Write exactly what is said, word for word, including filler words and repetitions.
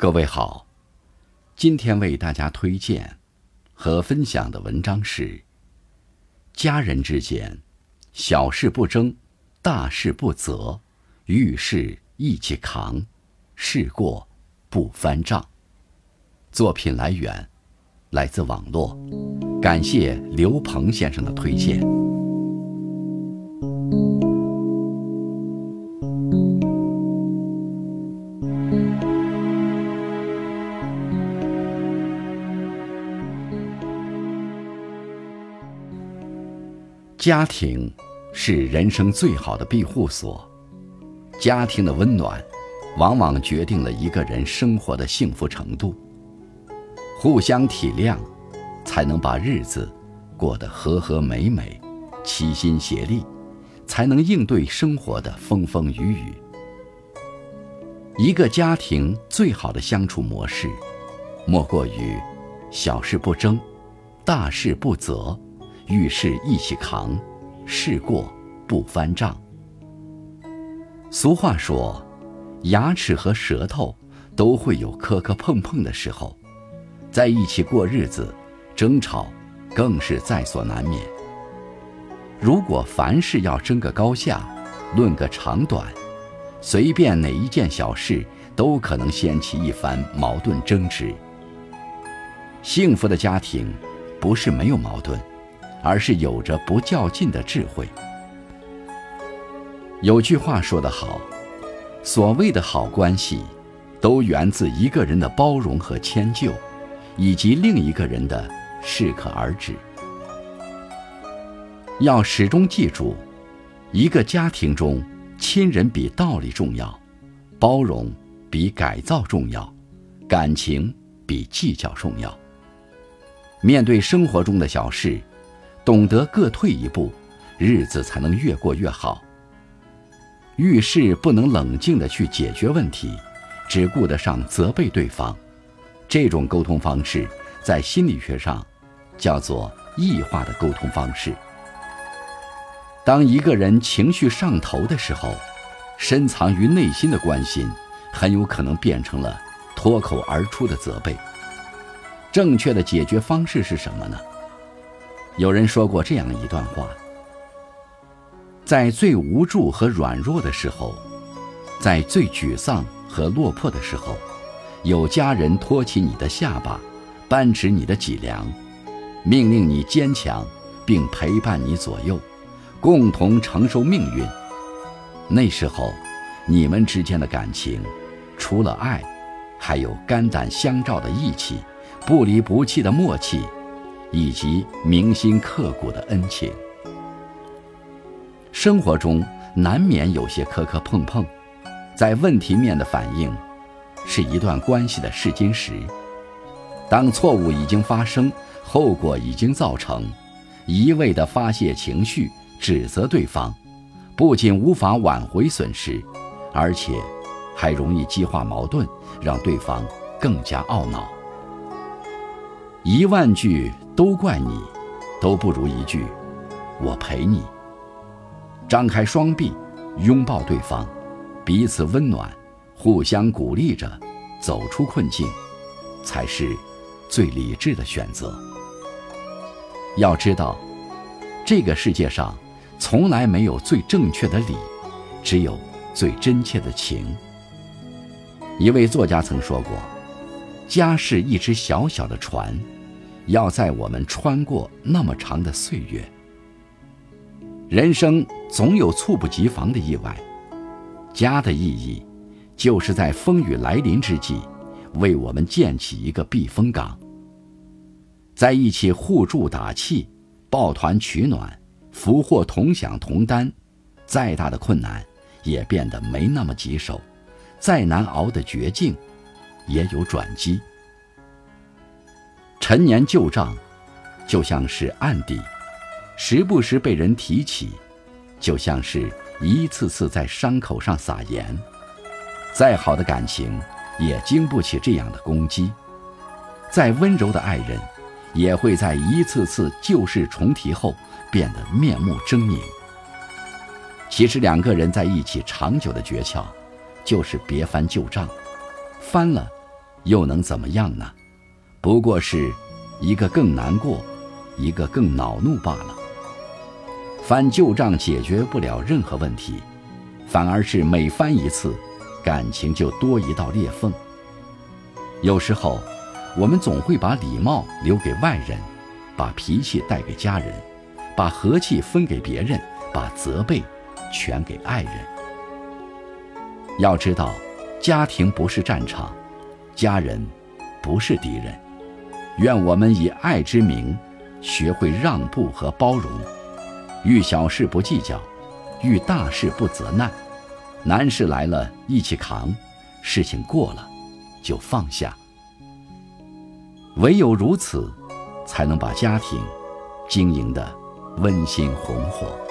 各位好，今天为大家推荐和分享的文章是：家人之间，小事不争，大事不责，遇事一起扛，事过不翻账。作品来源来自网络，感谢刘鹏先生的推荐。家庭是人生最好的庇护所，家庭的温暖往往决定了一个人生活的幸福程度。互相体谅，才能把日子过得和和美美，齐心协力，才能应对生活的风风雨雨。一个家庭最好的相处模式，莫过于小事不争，大事不责，遇事一起扛，事过不翻账。俗话说，牙齿和舌头都会有磕磕碰碰的时候，在一起过日子，争吵更是在所难免。如果凡事要争个高下，论个长短，随便哪一件小事都可能掀起一番矛盾争执。幸福的家庭不是没有矛盾，而是有着不较劲的智慧。有句话说得好，所谓的好关系，都源自一个人的包容和迁就，以及另一个人的适可而止。要始终记住，一个家庭中，亲人比道理重要，包容比改造重要，感情比计较重要。面对生活中的小事，懂得各退一步，日子才能越过越好。遇事不能冷静地去解决问题，只顾得上责备对方，这种沟通方式在心理学上叫做异化的沟通方式。当一个人情绪上头的时候，深藏于内心的关心很有可能变成了脱口而出的责备。正确的解决方式是什么呢？有人说过这样一段话：在最无助和软弱的时候，在最沮丧和落魄的时候，有家人托起你的下巴，扳直你的脊梁，命令你坚强，并陪伴你左右，共同承受命运。那时候，你们之间的感情，除了爱，还有肝胆相照的义气，不离不弃的默契，以及铭心刻骨的恩情。生活中难免有些磕磕碰碰，在问题面的反应是一段关系的试金石。当错误已经发生，后果已经造成，一味地发泄情绪，指责对方，不仅无法挽回损失，而且还容易激化矛盾，让对方更加懊恼。一万句都怪你，都不如一句我陪你。张开双臂，拥抱对方，彼此温暖，互相鼓励着走出困境，才是最理智的选择。要知道，这个世界上从来没有最正确的理，只有最真切的情。一位作家曾说过，家是一只小小的船，要在我们穿过那么长的岁月。人生总有猝不及防的意外，家的意义就是在风雨来临之际，为我们建起一个避风港，在一起互助打气，抱团取暖，福祸同享同担，再大的困难也变得没那么棘手，再难熬的绝境也有转机。陈年旧账就像是案底，时不时被人提起，就像是一次次在伤口上撒盐。再好的感情也经不起这样的攻击，再温柔的爱人也会在一次次旧事重提后变得面目狰狞。其实两个人在一起长久的诀窍，就是别翻旧账，翻了又能怎么样呢？不过是一个更难过，一个更恼怒罢了。翻旧账解决不了任何问题，反而是每翻一次，感情就多一道裂缝。有时候我们总会把礼貌留给外人，把脾气带给家人，把和气分给别人，把责备全给爱人。要知道，家庭不是战场，家人不是敌人。愿我们以爱之名，学会让步和包容，遇小事不计较，遇大事不责难，难事来了一起扛，事情过了就放下。唯有如此，才能把家庭经营得温馨红火。